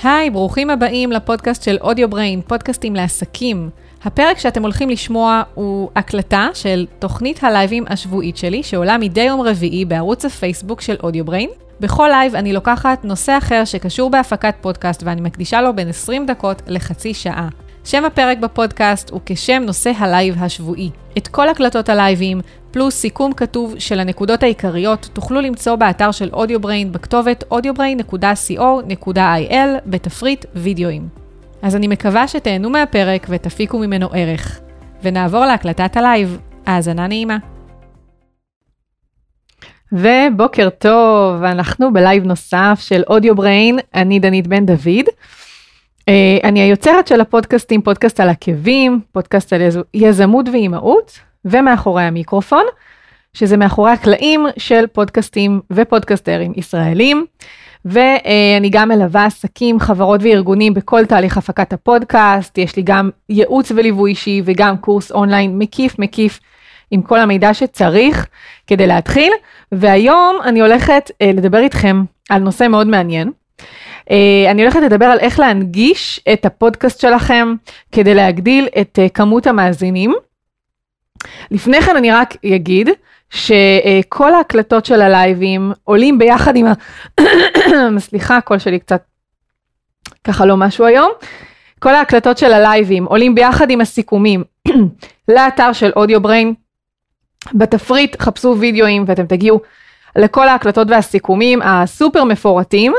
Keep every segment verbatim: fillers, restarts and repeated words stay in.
היי, ברוכים הבאים לפודקאסט של אודיו בריין, פודקאסטים לעסקים. הפרק שאתם הולכים לשמוע הוא הקלטה של תוכנית הלייבים השבועית שלי, שעולה מדי יום רביעי בערוץ הפייסבוק של אודיו בריין. בכל לייב אני לוקחת נושא אחר שקשור בהפקת פודקאסט, ואני מקדישה לו בין עשרים דקות לחצי שעה. שם הפרק בפודקאסט הוא כשם נושא הלייב השבועי. את כל הקלטות הלייבים, פלוס סיכום כתוב של הנקודות העיקריות, תוכלו למצוא באתר של אודיו בריין בכתובת אודיו בריין נקודה קו נקודה איי אל בתפריט וידאוים. אז אני מקווה שתהנו מהפרק ותפיקו ממנו ערך. ונעבור להקלטת הלייב. האזנה נעימה. ובוקר טוב, אנחנו בלייב נוסף של אודיו בריין, אני דנית בן דוד. אני היוצרת של הפודקאסטים, פודקאסט על עקבים, פודקאסט על יזמות ואימהות, ומאחורי המיקרופון, שזה מאחורי הקלעים של פודקאסטים ופודקאסטרים ישראלים, ואני גם מלווה עסקים, חברות וארגונים בכל תהליך הפקת הפודקאסט, יש לי גם ייעוץ וליווי אישי וגם קורס אונליין מקיף מקיף עם כל המידע שצריך כדי להתחיל, והיום אני הולכת לדבר איתכם על נושא מאוד מעניין. אני הולכת לדבר על איך להנגיש את הפודקאסט שלכם כדי להגדיל את כמות המאזינים. לפני כן אני רק אגיד שכל ההקלטות של הלייבים עולים ביחד עם ה... סליחה, הקול שלי קצת ככה לא משהו היום. כל ההקלטות של הלייבים עולים ביחד עם הסיכומים לאתר של אודיו בריין. בתפריט חפשו וידאוים ואתם תגיעו לכל ההקלטות והסיכומים הסופר מפורטים.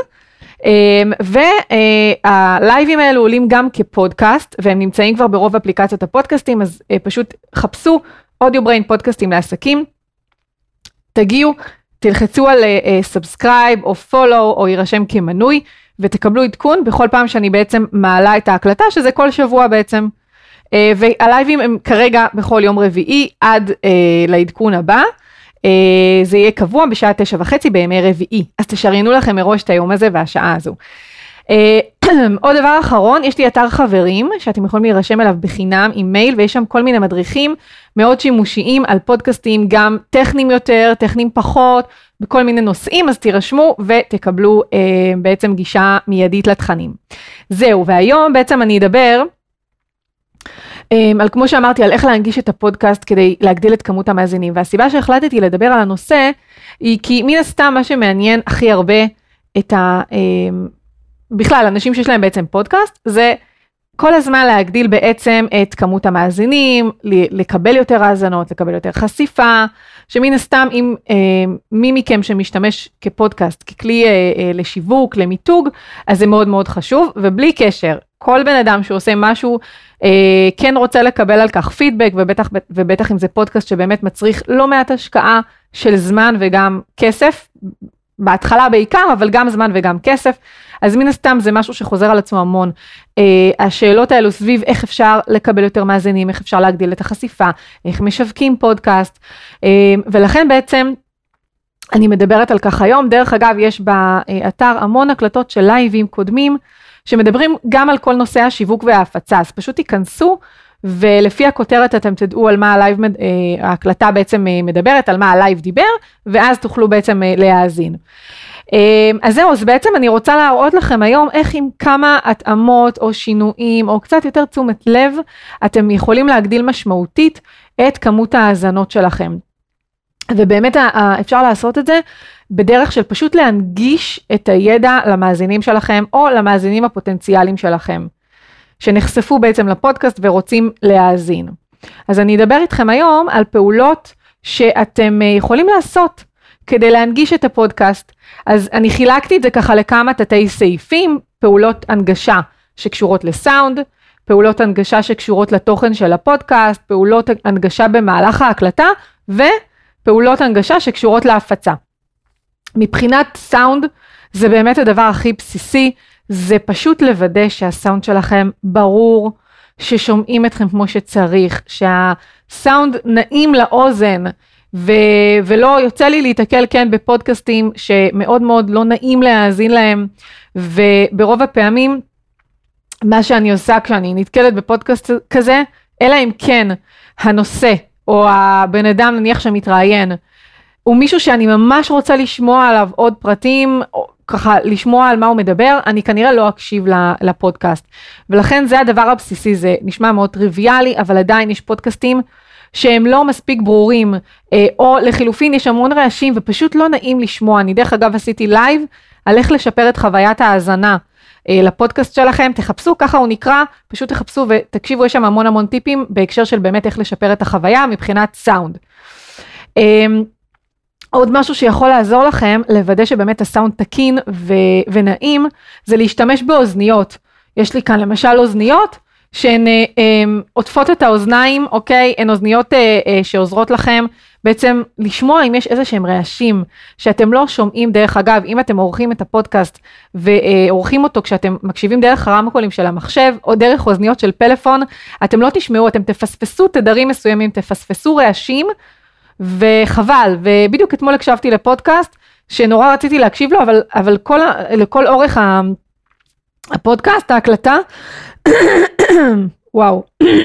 והלייבים האלו עולים גם כפודקאסט, והם נמצאים כבר ברוב אפליקציות הפודקאסטים, אז פשוט חפשו אודיו בריין פודקאסטים לעסקים, תגיעו, תלחצו על סאבסקרייב או פולו או יירשם כמנוי, ותקבלו עדכון בכל פעם שאני בעצם מעלה את ההקלטה, שזה כל שבוע בעצם, והלייבים הם כרגע בכל יום רביעי עד לעדכון הבא, זה יהיה קבוע בשעה תשע וחצי בימי רביעי, אז תשריינו לכם מראש את היום הזה והשעה הזו. עוד דבר אחרון, יש לי אתר חברים שאתם יכולים להירשם אליו בחינם עם מייל, ויש שם כל מיני מדריכים מאוד שימושיים על פודקאסטים, גם טכניים יותר, טכניים פחות, בכל מיני נושאים, אז תירשמו ותקבלו בעצם גישה מיידית לתכנים. זהו, והיום בעצם אני אדבר על, כמו שאמרתי, על איך להנגיש את הפודקאסט כדי להגדיל את כמות המאזינים, והסיבה שהחלטתי לדבר על הנושא, היא כי מן הסתם מה שמעניין הכי הרבה את ה... בכלל, אנשים שיש להם בעצם פודקאסט, זה כל הזמן להגדיל בעצם את כמות המאזינים, לקבל יותר האזנות, לקבל יותר חשיפה, שמן הסתם אם מי מכם שמשתמש כפודקאסט, ככלי לשיווק, למיתוג, אז זה מאוד מאוד חשוב, ובלי קשר, כל בן אדם שעושה משהו, כן רוצה לקבל על כך פידבק, ובטח, ובטח אם זה פודקאסט שבאמת מצריך לא מעט השקעה של זמן וגם כסף, בהתחלה בעיקר, אבל גם זמן וגם כסף, אז מן הסתם זה משהו שחוזר על עצמו המון. השאלות האלו סביב איך אפשר לקבל יותר מאזינים, איך אפשר להגדיל את החשיפה, איך משווקים פודקאסט, ולכן בעצם אני מדברת על כך היום. דרך אגב, יש באתר המון הקלטות של לייבים קודמים, שמדברים גם על כל נושא השיווק וההפצה, אז פשוט תיכנסו, ולפי הכותרת אתם תדעו על מה הלייב, ההקלטה בעצם מדברת, על מה הלייב דיבר, ואז תוכלו בעצם להאזין. אז זהו, אז בעצם אני רוצה להראות לכם היום איך עם כמה התאמות או שינויים, או קצת יותר תשומת לב, אתם יכולים להגדיל משמעותית את כמות ההאזנות שלכם. ובאמת אפשר לעשות את זה בדרך של פשוט להנגיש את הידע למאזינים שלכם, או למאזינים הפוטנציאליים שלכם, שנחשפו בעצם לפודקאסט ורוצים להאזין. אז אני אדבר איתכם היום על פעולות שאתם יכולים לעשות כדי להנגיש את הפודקאסט. אז אני חילקתי את זה ככה לכמה תתי סעיפים, פעולות הנגשה שקשורות לסאונד, פעולות הנגשה שקשורות לתוכן של הפודקאסט, פעולות הנגשה במהלך ההקלטה, ופעולות הנגשה שקשורות להפצה. מבחינת סאונד, זה באמת הדבר הכי בסיסי, זה פשוט לוודא שהסאונד שלכם ברור, ששומעים אתכם כמו שצריך, שהסאונד נעים לאוזן, ו- ולא יוצא לי להתקל כן בפודקאסטים שמאוד מאוד לא נעים להאזין להם, וברוב הפעמים מה שאני עושה כשאני נתקלת בפודקאסט כזה, אלא אם כן הנושא או הבן אדם נניח שמתראיין, הוא מישהו שאני ממש רוצה לשמוע עליו עוד פרטים, או ככה לשמוע על מה הוא מדבר, אני כנראה לא אקשיב לפודקאסט. ולכן זה הדבר הבסיסי, זה נשמע מאוד טריוויאלי, אבל עדיין יש פודקאסטים שהם לא מספיק ברורים, או לחילופין יש המון רעשים ופשוט לא נעים לשמוע. אני דרך אגב עשיתי לייב על איך לשפר את חוויית ההאזנה לפודקאסט שלכם, תחפשו, ככה הוא נקרא, פשוט תחפשו ותקשיבו, יש שם המון המון טיפים בהקשר של באמת איך לשפר את החוויה מבחינת סאונד. עוד משהו שיכול לעזור לכם לוודא שבאמת הסאונד תקין ו- ונעים, זה להשתמש באוזניות. יש לי כאן למשל אוזניות שהן אה, אה, עוטפות את האוזניים, אוקיי? הן אוזניות אה, אה, שעוזרות לכם בעצם לשמוע אם יש איזה שהם רעשים שאתם לא שומעים. דרך אגב, אם אתם עורכים את הפודקאסט ועורכים אותו כשאתם מקשיבים דרך הרמקולים של המחשב או דרך אוזניות של פלאפון, אתם לא תשמעו, אתם תפספסו תדרים מסוימים, תפספסו רעשים, וחבל. ובדיוק אתמול הקשבתי לפודקאסט שנורא רציתי להקשיב לו, אבל, אבל כל, לכל אורך הפודקאסט, ההקלטה, וואו,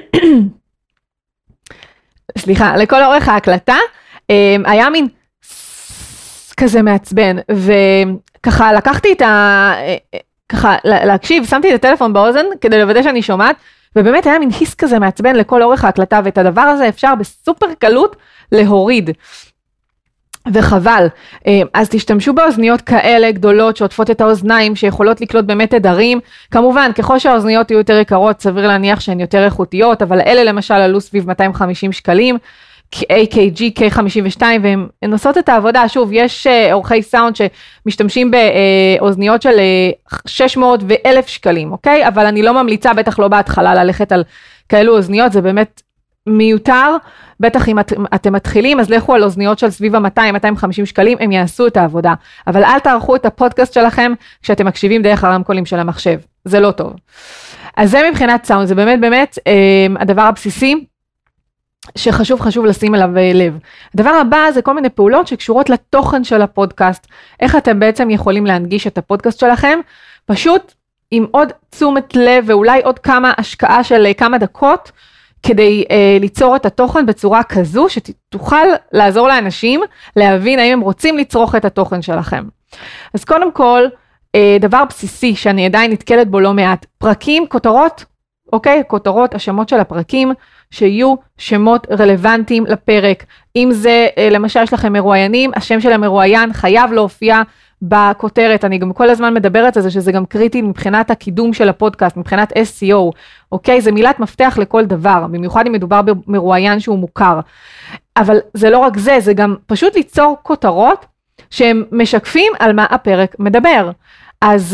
סליחה, לכל אורך ההקלטה, היה מין כזה מעצבן, וככה לקחתי את ה... ככה להקשיב, שמתי את הטלפון באוזן כדי לוודא שאני שומעת, ובאמת היה מין היס כזה מעצבן לכל אורך ההקלטה, ואת הדבר הזה אפשר בסופר קלות להוריד. וחבל, אז תשתמשו באוזניות כאלה גדולות שעוטפות את האוזניים, שיכולות לקלוט באמת תדרים. כמובן, ככל שהאוזניות יהיו יותר יקרות, סביר להניח שהן יותר איכותיות, אבל אלה למשל עלו סביב מאתיים וחמישים שקלים, איי קיי ג'י, קיי חמישים ושתיים, והן עושות את העבודה. שוב, יש אורחי סאונד שמשתמשים באוזניות של שש מאות ואלף שקלים, אוקיי? אבל אני לא ממליצה, בטח לא בהתחלה, ללכת על כאלו אוזניות, זה באמת מיותר. בטח אם את, אתם מתחילים, אז לכו על אוזניות של סביב ה-מאתיים מאתיים וחמישים שקלים, הם יעשו את העבודה. אבל אל תערכו את הפודקאסט שלכם כשאתם מקשיבים דרך הרמקולים של המחשב. זה לא טוב. אז זה מבחינת סאונד, זה באמת באמת אה, הדבר הבסיסי שחשוב חשוב לשים אליו לב. הדבר הבא זה כל מיני פעולות שקשורות לתוכן של הפודקאסט. איך אתם בעצם יכולים להנגיש את הפודקאסט שלכם? פשוט עם עוד תשומת לב ואולי עוד כמה השקעה של כמה דקות, כדי אה, ליצור את התוכן בצורה כזו שתוכל לעזור לאנשים להבין האם הם רוצים לצרוך את התוכן שלכם. אז קודם כל, אה, דבר בסיסי שאני עדיין נתקלת בו לא מעט, פרקים, כותרות, אוקיי? כותרות, השמות של הפרקים, שיהיו שמות רלוונטיים לפרק. אם זה, אה, למשל, יש לכם מרואיינים, השם של המרואיין חייב להופיע בכותרת. אני גם כל הזמן מדברת על זה, שזה גם קריטי מבחינת הקידום של הפודקאסט, מבחינת אס סי או, אוקיי? זה מילת מפתח לכל דבר, במיוחד אם מדובר במרואיין שהוא מוכר. אבל זה לא רק זה, זה גם פשוט ליצור כותרות, שהם משקפים על מה הפרק מדבר. אז,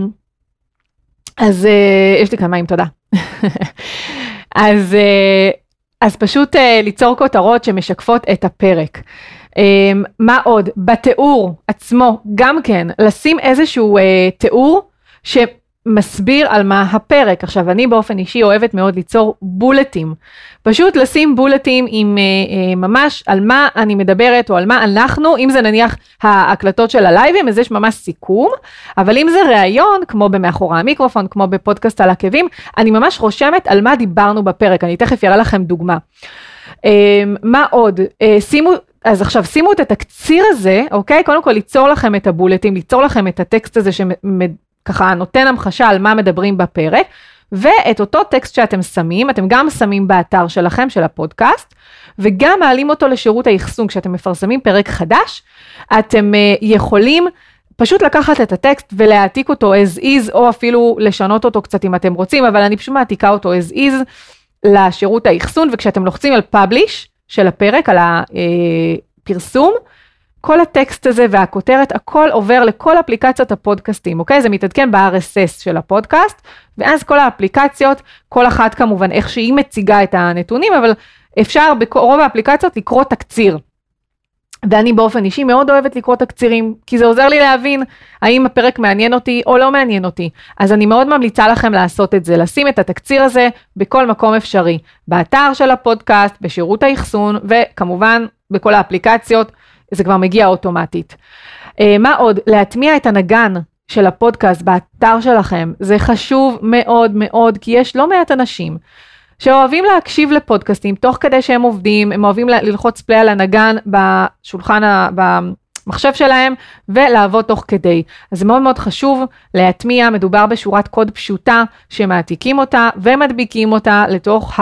אז יש לי כאן מים, תודה. אז, אז פשוט ליצור כותרות שמשקפות את הפרק. מה עוד? בתיאור עצמו גם כן, לשים איזשהו תיאור שמסביר על מה הפרק. עכשיו, אני באופן אישי אוהבת מאוד ליצור בולטים. פשוט לשים בולטים עם ממש על מה אני מדברת, או על מה אנחנו, אם זה נניח ההקלטות של הלייבים, אז יש ממש סיכום, אבל אם זה ראיון, כמו במאחורי המיקרופון, כמו בפודקאסט על עקבים, אני ממש רושמת על מה דיברנו בפרק. אני תכף אראה לכם דוגמה. מה עוד? שימו... אז עכשיו שימו את התקציר הזה, אוקיי? קודם כל ליצור לכם את הבולטים, ליצור לכם את הטקסט הזה שככה נותן המחשה על מה מדברים בפרק, ואת אותו טקסט שאתם שמים, אתם גם שמים באתר שלכם, של הפודקאסט, וגם מעלים אותו לשירות האחסון. כשאתם מפרסמים פרק חדש, אתם יכולים פשוט לקחת את הטקסט ולהעתיק אותו as is, או אפילו לשנות אותו קצת אם אתם רוצים, אבל אני פשוט מעתיקה אותו as is לשירות האחסון, וכשאתם לוחצים על publish, של הפרק, על הפרסום, כל הטקסט הזה והכותרת, הכל עובר לכל אפליקציות הפודקאסטים, אוקיי? זה מתעדכן ב-אר אס אס של הפודקאסט, ואז כל האפליקציות, כל אחת כמובן איך שהיא מציגה את הנתונים, אבל אפשר ברוב האפליקציות לקרוא תקציר. ואני באופן אישי מאוד אוהבת לקרוא תקצירים, כי זה עוזר לי להבין האם הפרק מעניין אותי או לא מעניין אותי. אז אני מאוד ממליצה לכם לעשות את זה, לשים את התקציר הזה בכל מקום אפשרי, באתר של הפודקאסט, בשירות האחסון, וכמובן בכל האפליקציות, זה כבר מגיע אוטומטית. מה עוד? להטמיע את הנגן של הפודקאסט באתר שלכם, זה חשוב מאוד מאוד, כי יש לא מעט אנשים, שאוהבים להקשיב לפודקאסטים, תוך כדי שהם עובדים, הם אוהבים ללחוץ פליי על הנגן בשולחן, במחשב שלהם, ולעבוד תוך כדי. אז זה מאוד מאוד חשוב להטמיע, מדובר בשורת קוד פשוטה, שמעתיקים אותה, ומדביקים אותה לתוך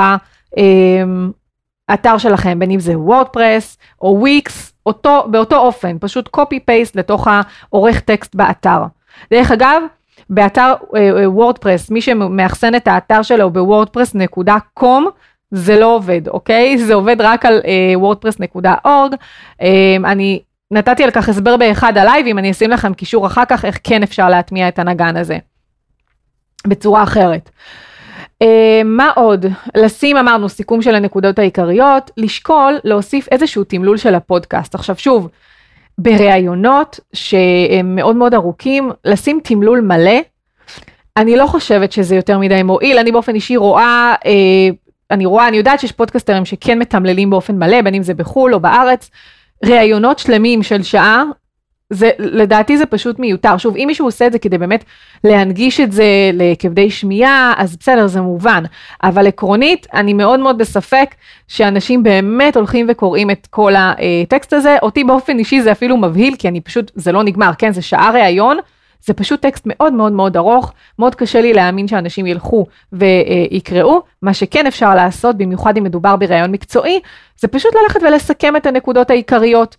האתר שלכם, בין אם זה וורדפרס, או וויקס, אותו, באותו אופן, פשוט קופי פייסט לתוך העורך טקסט באתר. דרך אגב, באתר וורדפרס, מי שמאחסן את האתר שלו בוורדפרס נקודה קום, זה לא עובד, אוקיי? זה עובד רק על וורדפרס נקודה אורג. אני נתתי על כך הסבר באחד הלייבים, אני אשים לכם קישור אחר כך, איך כן אפשר להטמיע את הנגן הזה, בצורה אחרת. מה עוד? לשים, אמרנו, סיכום של הנקודות העיקריות, לשקול, להוסיף איזשהו תמלול של הפודקאסט. עכשיו שוב, בראיונות שהם מאוד מאוד ארוכים, לשים תמלול מלא, אני לא חושבת שזה יותר מדי מועיל, אני באופן אישי רואה, אני רואה, אני יודעת שיש פודקאסטרים שכן מתמללים באופן מלא, בין אם זה בחול או בארץ, ראיונות שלמים של שעה, זה, לדעתי זה פשוט מיותר. שוב, אם מישהו עושה את זה כדי באמת להנגיש את זה לכבדי שמיעה, אז בסדר, זה מובן. אבל עקרונית, אני מאוד מאוד בספק שאנשים באמת הולכים וקוראים את כל הטקסט הזה. אותי באופן אישי זה אפילו מבהיל, כי אני פשוט, זה לא נגמר, כן? זה שעה ראיון, זה פשוט טקסט מאוד מאוד מאוד ארוך, מאוד קשה לי להאמין שאנשים ילכו ויקראו. מה שכן אפשר לעשות, במיוחד אם מדובר בראיון מקצועי, זה פשוט ללכת ולסכם את הנקודות העיקריות,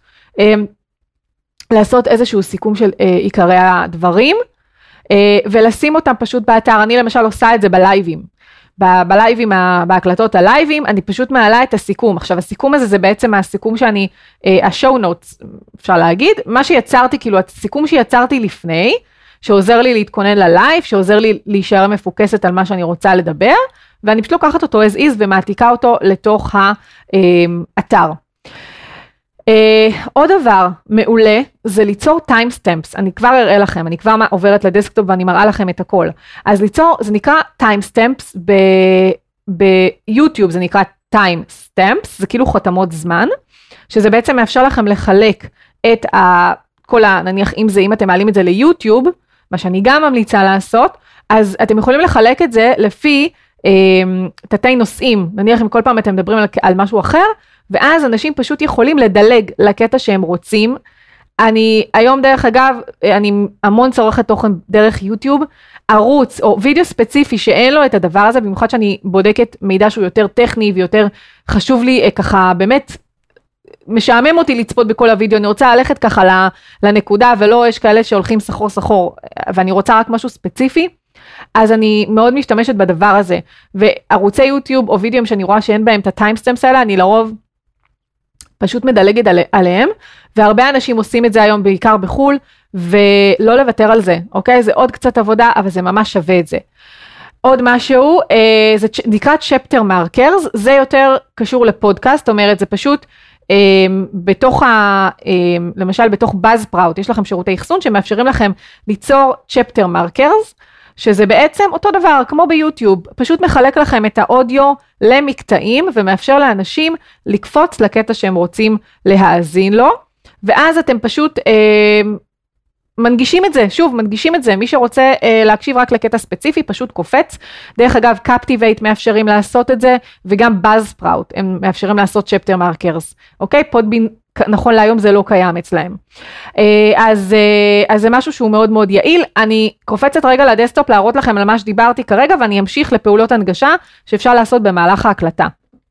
לעשות איזשהו סיכום של אה, עיקרי הדברים, אה, ולשים אותם פשוט באתר. אני למשל עושה את זה בלייבים, ב- בלייבים, ה- בהקלטות הלייבים, אני פשוט מעלה את הסיכום. עכשיו הסיכום הזה זה בעצם הסיכום שאני, אה, השואו נוטס, אפשר להגיד, מה שיצרתי, כאילו הסיכום שיצרתי לפני, שעוזר לי להתכונן ללייב, שעוזר לי להישאר מפוקסת על מה שאני רוצה לדבר, ואני פשוט לוקחת אותו as is ומעתיקה אותו לתוך האתר. Uh, עוד דבר מעולה זה ליצור טיימסטמפס. אני כבר אראה לכם, אני כבר עוברת לדסקטופ ואני מראה לכם את הכל. אז ליצור, זה נקרא טיימסטמפס ביוטיוב, זה נקרא טיימסטמפס, זה כאילו חותמות זמן, שזה בעצם מאפשר לכם לחלק את ה, כל ה, נניח אם זה, אם אתם מעלים את זה ליוטיוב, מה שאני גם ממליצה לעשות, אז אתם יכולים לחלק את זה לפי אה, תתי נושאים, נניח אם כל פעם אתם מדברים על, על משהו אחר, ואז אנשים פשוט יכולים לדלג לקטע שהם רוצים. אני היום דרך אגב, אני המון צורכת תוכן דרך יוטיוב, ערוץ או וידאו ספציפי שאין לו את הדבר הזה, במיוחד שאני בודקת מידע שהוא יותר טכני ויותר חשוב לי, ככה באמת משעמם אותי לצפות בכל הוידאו, אני רוצה ללכת ככה לנקודה, ולא יש כאלה שהולכים סחור סחור, ואני רוצה רק משהו ספציפי, אז אני מאוד משתמשת בדבר הזה, וערוצי יוטיוב או וידאוים שאני רואה שאין בהם את הטיימסטמפס האלה, אני לרוב פשוט מדלגת עלי, עליהם, והרבה אנשים עושים את זה היום בעיקר בחול, ולא לוותר על זה, אוקיי? זה עוד קצת עבודה, אבל זה ממש שווה את זה. עוד משהו, אה, זה נקרא chapter markers, זה יותר קשור לפודקאסט, זאת אומרת, זה פשוט, אה, בתוך ה, אה, למשל בתוך Buzzsprout, יש לכם שירותי אחסון שמאפשרים לכם ליצור chapter markers, שזה בעצם אותו דבר, כמו ביוטיוב, פשוט מחלק לכם את האודיו למקטעים, ומאפשר לאנשים לקפוץ לקטע שהם רוצים להאזין לו, ואז אתם פשוט אה, מנגישים את זה, שוב, מנגישים את זה, מי שרוצה אה, להקשיב רק לקטע ספציפי, פשוט קופץ. דרך אגב, Captivate מאפשרים לעשות את זה, וגם Buzzsprout, הם מאפשרים לעשות chapter markers, אוקיי? פודבין, נכון להיום זה לא קיים אצלהם. אז, אז זה משהו שהוא מאוד מאוד יעיל. אני קופצת רגע לדסטופ להראות לכם על מה שדיברתי כרגע, ואני אמשיך לפעולות הנגשה שאפשר לעשות במהלך ההקלטה.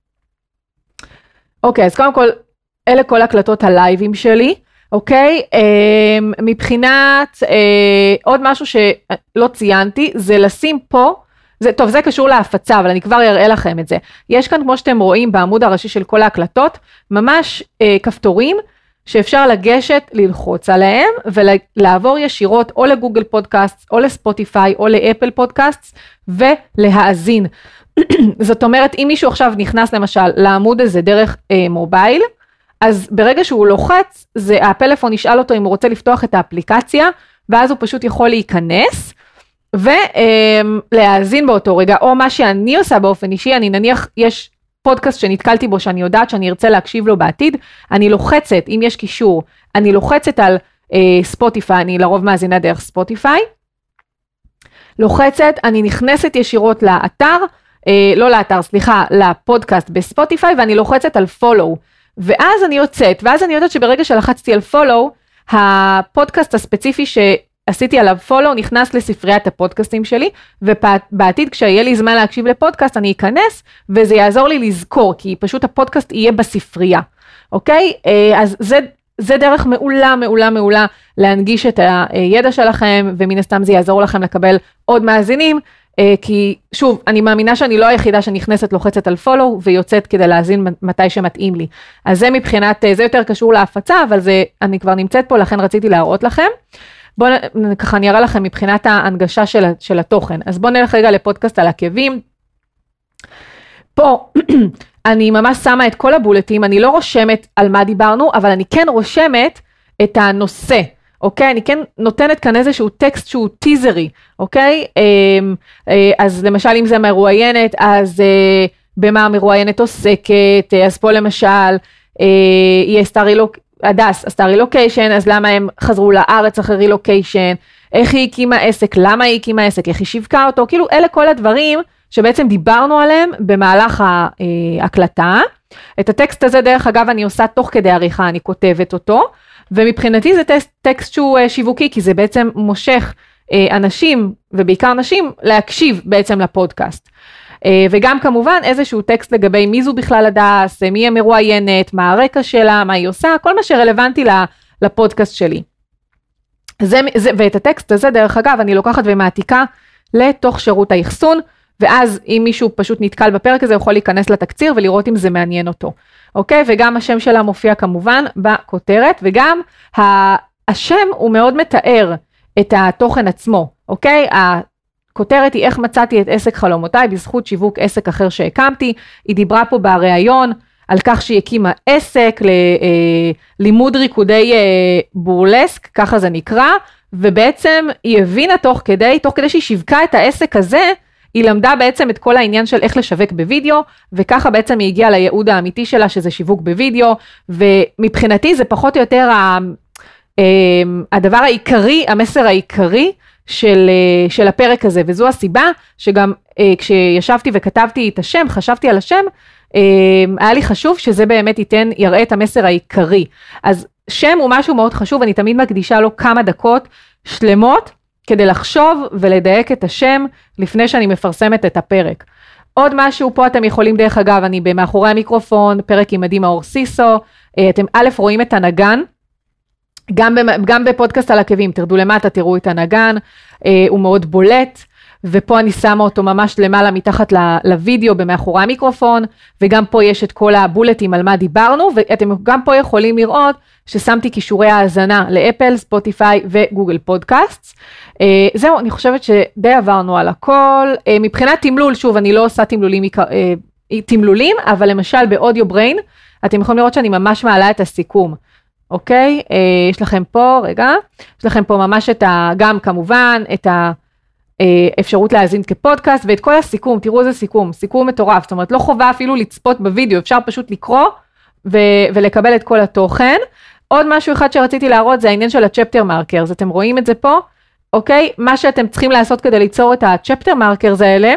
אוקיי, אז קודם כל, אלה כל הקלטות הלייבים שלי, אוקיי? מבחינת, עוד משהו שלא ציינתי, זה לשים פה, זה, טוב, זה קשור להפצה, אבל אני כבר אראה לכם את זה. יש כאן, כמו שאתם רואים, בעמוד הראשי של כל ההקלטות, ממש אה, כפתורים, שאפשר לגשת, ללחוץ עליהם, ולעבור ישירות או לגוגל פודקאסט, או לספוטיפיי, או לאפל פודקאסט, ולהאזין. זאת אומרת, אם מישהו עכשיו נכנס למשל לעמוד הזה דרך אה, מובייל, אז ברגע שהוא לוחץ, זה, הפלאפון ישאל אותו אם הוא רוצה לפתוח את האפליקציה, ואז הוא פשוט יכול להיכנס, ולהאזין באותו רגע, או מה שאני עושה באופן אישי, אני נניח יש פודקאסט שנתקלתי בו, שאני יודעת שאני ארצה להקשיב לו בעתיד, אני לוחצת, אם יש קישור, אני לוחצת על ספוטיפיי, אני לרוב מאזינה דרך ספוטיפיי, לוחצת, אני נכנסת ישירות לאתר, אה, לא לאתר, סליחה, לפודקאסט בספוטיפיי, ואני לוחצת על follow, ואז אני יוצאת, ואז אני יודעת שברגע שלחצתי על follow, הפודקאסט הספציפי שעשיתי עליו follow, נכנס לספריית הפודקאסטים שלי, ובעתיד כשיהיה לי זמן להקשיב לפודקאסט, אני אכנס, וזה יעזור לי לזכור, כי פשוט הפודקאסט יהיה בספרייה, אוקיי? אז זה, זה דרך מעולה, מעולה, מעולה, להנגיש את הידע שלכם, ומן הסתם זה יעזור לכם לקבל עוד מאזינים, כי שוב, אני מאמינה שאני לא היחידה שנכנסת, לוחצת על follow, ויוצאת כדי להאזין מתי שמתאים לי. אז זה מבחינת, זה יותר קשור להפצה, אבל זה, אני כבר נמצאת פה, לכן רציתי להראות לכם. בואו, ככה אני אראה לכם מבחינת ההנגשה של, של התוכן. אז בואו נלך רגע לפודקאסט על עקבים. פה, אני ממש שמה את כל הבולטים, אני לא רושמת על מה דיברנו, אבל אני כן רושמת את הנושא. אוקיי, אני כן נותנת כאן איזשהו טקסט שהוא טיזרי, אוקיי? אז למשל אם זה מרואיינת, אז במה המרואיינת עוסקת, אז פה למשל, היא עשתה רילוקיישן, הדס עשתה רילוקיישן, אז למה הם חזרו לארץ אחרי רילוקיישן, איך היא הקימה עסק, למה היא הקימה עסק, איך היא שיווקה אותו, כאילו אלה כל הדברים שבעצם דיברנו עליהם במהלך ההקלטה. את הטקסט הזה דרך אגב אני עושה תוך כדי עריכה, אני כותבת אותו, ומבחינתי זה טקסט, טקסט שהוא שיווקי, כי זה בעצם מושך אנשים, ובעיקר נשים, להקשיב בעצם לפודקאסט. וגם כמובן איזשהו טקסט לגבי מי זו בכלל הדס, מי היא מרואיינת, מה הרקע שלה, מה היא עושה, כל מה שרלוונטי לפודקאסט שלי. זה, זה, ואת הטקסט הזה דרך אגב אני לוקחת ומעתיקה לתוך שירות האחסון, ואז אם מישהו פשוט נתקל בפרק הזה, הוא יכול להיכנס לתקציר ולראות אם זה מעניין אותו. אוקיי? וגם השם שלה מופיע כמובן בכותרת, וגם השם הוא מאוד מתאר את התוכן עצמו. אוקיי? הכותרת היא איך מצאתי את עסק חלומותיי בזכות שיווק עסק אחר שהקמתי. היא דיברה פה בריאיון על כך שהיא הקימה עסק ללימוד ריקודי בורלסק, ככה זה נקרא, ובעצם היא הבינה תוך כדי, תוך כדי שהיא שיווקה את העסק הזה, היא למדה בעצם את כל העניין של איך לשווק בווידאו, וככה בעצם היא הגיעה לייעוד האמיתי שלה, שזה שיווק בווידאו, ומבחינתי זה פחות או יותר הדבר העיקרי, המסר העיקרי של, של הפרק הזה, וזו הסיבה שגם כשישבתי וכתבתי את השם, חשבתי על השם, היה לי חשוב שזה באמת ייתן, יראה את המסר העיקרי. אז שם הוא משהו מאוד חשוב, אני תמיד מקדישה לו כמה דקות שלמות, כדי לחשוב ולדייק את השם לפני שאני מפרסמת את הפרק. עוד משהו פה אתם יכולים דרך אגב, אני במאחורי המיקרופון, פרק עם עדי מאור סיסו, אתם א' רואים את הנגן, גם, גם בפודקאסט על עקבים, תרדו למטה, תראו את הנגן, הוא מאוד בולט, ופה אני שמה אותו ממש למעלה מתחת לוידאו במאחורי המיקרופון, וגם פה יש את כל הבולטים על מה דיברנו, ואתם גם פה יכולים לראות ששמתי קישורי האזנה לאפל, ספוטיפיי וגוגל פודקאסט. זהו, אני חושבת שדי עברנו על הכל. מבחינת תמלול, שוב, אני לא עושה תמלולים, תמלולים, אבל למשל באודיו בריין, אתם יכולים לראות שאני ממש מעלה את הסיכום. אוקיי? יש לכם פה, רגע, יש לכם פה ממש את ה, גם כמובן, את ה... אפשרות להאזין כפודקאסט, ואת כל הסיכום, תראו איזה סיכום, סיכום מטורף, זאת אומרת, לא חובה אפילו לצפות בווידאו, אפשר פשוט לקרוא ו- ולקבל את כל התוכן. עוד משהו אחד שרציתי להראות, זה העניין של הצ'פטר מרקרס, אתם רואים את זה פה, אוקיי? מה שאתם צריכים לעשות כדי ליצור את הצ'פטר מרקרס האלה,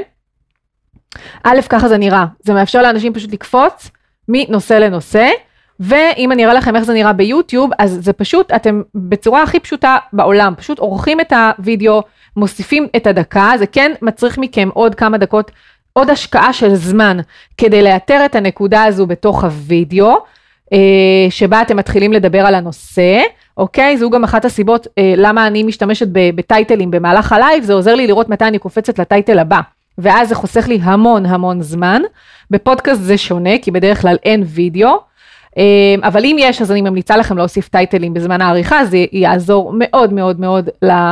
א', ככה זה נראה, זה מאפשר לאנשים פשוט לקפוץ מנושא לנושא, ואם אני אראה לכם איך זה נראה ביוטיוב, אז זה פשוט, אתם בצורה הכי פשוטה בעולם, פשוט עורכים את הוידאו, מוסיפים את הדקה, זה כן מצריך מכם עוד כמה דקות, עוד השקעה של זמן, כדי לאתר את הנקודה הזו בתוך הוידאו, שבה אתם מתחילים לדבר על הנושא, אוקיי? זו גם אחת הסיבות למה אני משתמשת בטייטלים במהלך הלייב, זה עוזר לי לראות מתי אני קופצת לטייטל הבא, ואז זה חוסך לי המון המון זמן, בפודקאסט זה שונה, כי בדרך כלל אין וידאו, אבל אם יש, אז אני ממליצה לכם להוסיף טייטלים בזמן העריכה, זה יעזור מאוד מאוד מאוד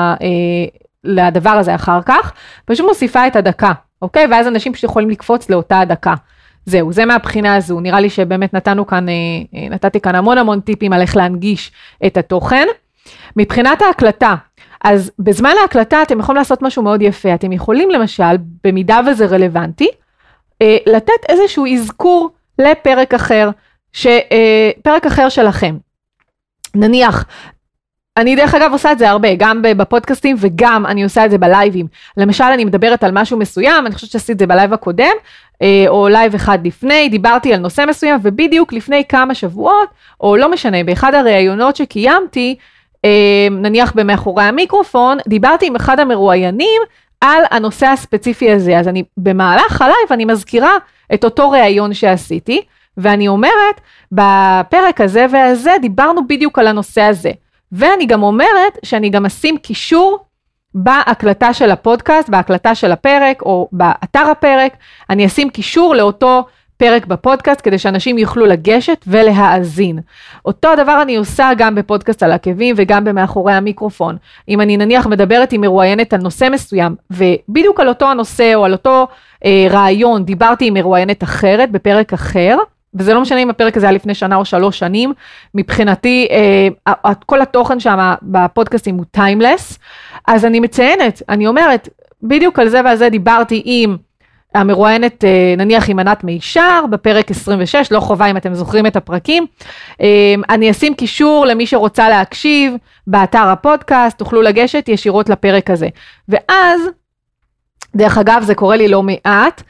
לדבר הזה אחר כך, פשוט מוסיפה את הדקה, אוקיי? ואז אנשים פשוט יכולים לקפוץ לאותה הדקה. זהו, זה מהבחינה הזו, נראה לי שבאמת נתנו כאן, נתתי כאן המון המון טיפים על איך להנגיש את התוכן. מבחינת ההקלטה, אז בזמן ההקלטה אתם יכולים לעשות משהו מאוד יפה, אתם יכולים למשל, במידה וזה רלוונטי, לתת איזשהו אזכור לפרק אחר, פרק אחר שלכם. נניח, אני דרך אגב עושה את זה הרבה, גם בפודקאסטים וגם אני עושה את זה בלייבים. למשל, אני מדברת על משהו מסוים, אני חושבת שעשיתי את זה בלייב הקודם, או לייב אחד לפני, דיברתי על נושא מסוים, ובדיוק לפני כמה שבועות, או לא משנה, באחד הראיונות שקיימתי, נניח במאחורי המיקרופון, דיברתי עם אחד המרואיינים על הנושא הספציפי הזה. אז אני במהלך הלייב, אני מזכירה את אותו ראיון שעשיתי, ואני אומרת, בפרק הזה והזה, דיברנו בדיוק על הנושא הזה. ואני גם אומרת שאני גם אשים קישור בהקלטה של הפודקאסט, בהקלטה של הפרק או באתר הפרק, אני אשים קישור לאותו פרק בפודקאסט כדי שאנשים יוכלו לגשת ולהאזין. אותו הדבר אני עושה גם בפודקאסט על עקבים וגם במאחורי המיקרופון. אם אני נניח מדברת עם מרואיינת על נושא מסוים ובדיוק על אותו הנושא או על אותו אה, רעיון דיברתי עם מרואיינת אחרת בפרק אחר, וזה לא משנה אם הפרק הזה היה לפני שנה או שלוש שנים, מבחינתי אה, כל התוכן שם בפודקאסטים הוא טיימלס, אז אני מציינת, אני אומרת, בדיוק על זה ועל זה דיברתי עם המרואיינת, אה, נניח עם ענת מישר, בפרק עשרים ושש, לא חובה אם אתם זוכרים את הפרקים, אה, אני אשים קישור למי שרוצה להקשיב, באתר הפודקאסט, תוכלו לגשת ישירות לפרק הזה, ואז, דרך אגב, זה קורה לי לא מעט,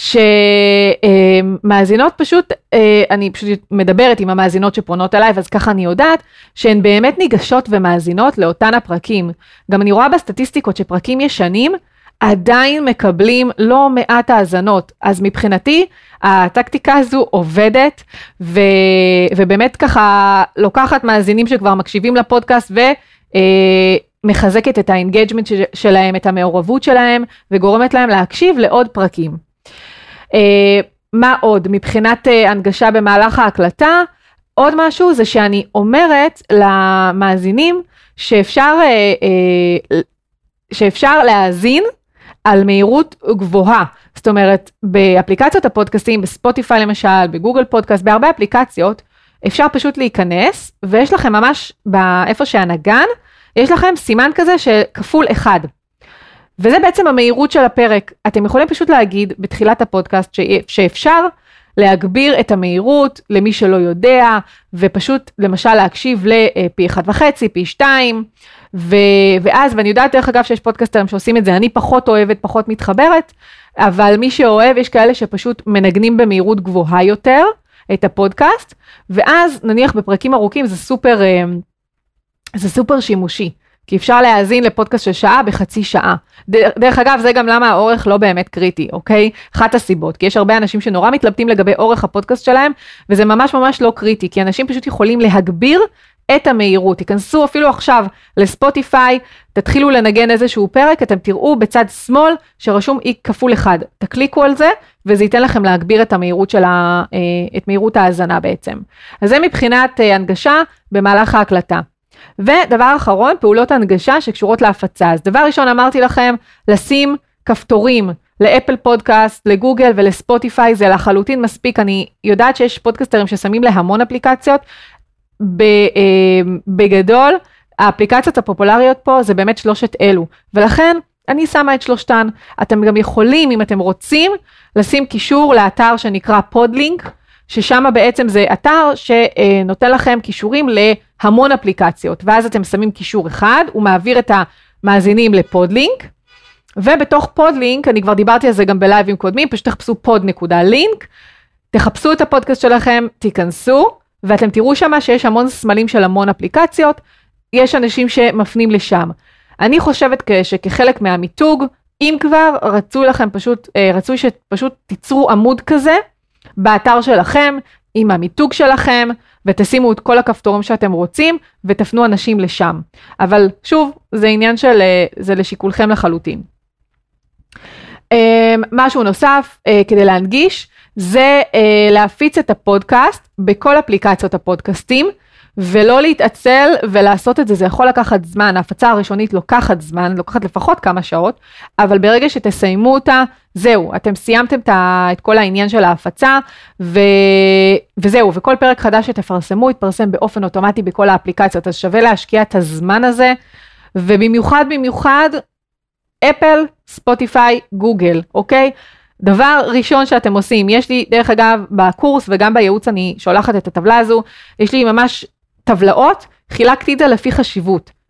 שמאזינות פשוט, אני פשוט מדברת עם המאזינות שפונות אליי, אז ככה אני יודעת, שהן באמת ניגשות ומאזינות לאותן הפרקים. גם אני רואה בסטטיסטיקות שפרקים ישנים, עדיין מקבלים לא מעט האזנות. אז מבחינתי, הטקטיקה הזו עובדת, ו... ובאמת ככה לוקחת מאזינים שכבר מקשיבים לפודקאסט, ו... מחזקת את האנגייג'מנט שלהם, את המעורבות שלהם, וגורמת להם להקשיב לעוד פרקים. מה עוד? מבחינת הנגשה במהלך ההקלטה, עוד משהו זה שאני אומרת למאזינים שאפשר, שאפשר להאזין על מהירות גבוהה. זאת אומרת, באפליקציות הפודקאסטים, בספוטיפיי למשל, בגוגל פודקאסט, בהרבה אפליקציות, אפשר פשוט להיכנס, ויש לכם ממש באיפה שהנגן, יש לכם סימן כזה שכפול אחד. וזה בעצם המהירות של הפרק. אתם יכולים פשוט להגיד בתחילת הפודקאסט שאפשר להגביר את המהירות למי שלא יודע, ופשוט למשל להקשיב לפי אחד וחצי, פי שתיים, ו... ואז, ואני יודעת דרך אגב שיש פודקאסטרים שעושים את זה, אני פחות אוהבת, פחות מתחברת, אבל מי שאוהב, יש כאלה שפשוט מנגנים במהירות גבוהה יותר את הפודקאסט, ואז נניח בפרקים ארוכים זה סופר... זה סופר שימושי, כי אפשר להאזין לפודקאסט של שעה בחצי שעה. דרך אגב, זה גם למה האורך לא באמת קריטי, אוקיי? אחת הסיבות, כי יש הרבה אנשים שנורא מתלבטים לגבי אורך הפודקאסט שלהם, וזה ממש ממש לא קריטי, כי אנשים פשוט יכולים להגביר את המהירות. תיכנסו אפילו עכשיו לספוטיפיי, תתחילו לנגן איזשהו פרק, אתם תראו בצד שמאל שרשום אי כפול אחד. תקליקו על זה, וזה ייתן לכם להגביר את המהירות של ה, את מהירות ההאזנה בעצם. אז זה מבחינת הנגשה במהלך ההקלטה. ודבר אחרון, פעולות הנגשה שקשורות להפצה. אז דבר ראשון אמרתי לכם, לשים כפתורים לאפל פודקאסט, לגוגל ולספוטיפיי, זה לחלוטין מספיק. אני יודעת שיש פודקאסטרים ששמים להמון אפליקציות, בגדול, האפליקציות הפופולריות פה זה באמת שלושת אלו, ולכן אני שמה את שלושתן. אתם גם יכולים, אם אתם רוצים, לשים קישור לאתר שנקרא פודלינק, ששם בעצם זה אתר שנותן לכם קישורים להמון אפליקציות, ואז אתם שמים קישור אחד, הוא מעביר את המאזינים לפודלינק, ובתוך פודלינק, אני כבר דיברתי על זה גם בלייבים קודמים, פשוט תחפשו פוד נקודה לינק, תחפשו את הפודקאסט שלכם, תיכנסו, ואתם תראו שמה שיש המון סמלים של המון אפליקציות, יש אנשים שמפנים לשם. אני חושבת שכחלק מהמיתוג, אם כבר רצו לכם פשוט, רצו שפשוט תיצרו עמוד כזה, באתר שלכם, עם המיתוג שלכם, ותשימו את כל הכפתורים שאתם רוצים, ותפנו אנשים לשם. אבל שוב, זה עניין של, זה לשיקולכם לחלוטין. משהו נוסף, כדי להנגיש, זה להפיץ את הפודקאסט, בכל אפליקציות הפודקאסטים, ולא להתעצל ולעשות את זה, זה יכול לקחת זמן, ההפצה הראשונית לוקחת זמן, לוקחת לפחות כמה שעות, אבל ברגע שתסיימו אותה, זהו, אתם סיימתם את כל העניין של ההפצה, ו... וזהו, וכל פרק חדש שתפרסמו, יתפרסם באופן אוטומטי בכל האפליקציות, אז שווה להשקיע את הזמן הזה, ובמיוחד במיוחד, אפל, ספוטיפיי, גוגל, אוקיי? דבר ראשון שאתם עושים, יש לי דרך אגב בקורס וגם בייעוץ אני שולחת את הטבלה הזו, יש לי ממש טבלאות, חילקתי את זה לפי חשיבות.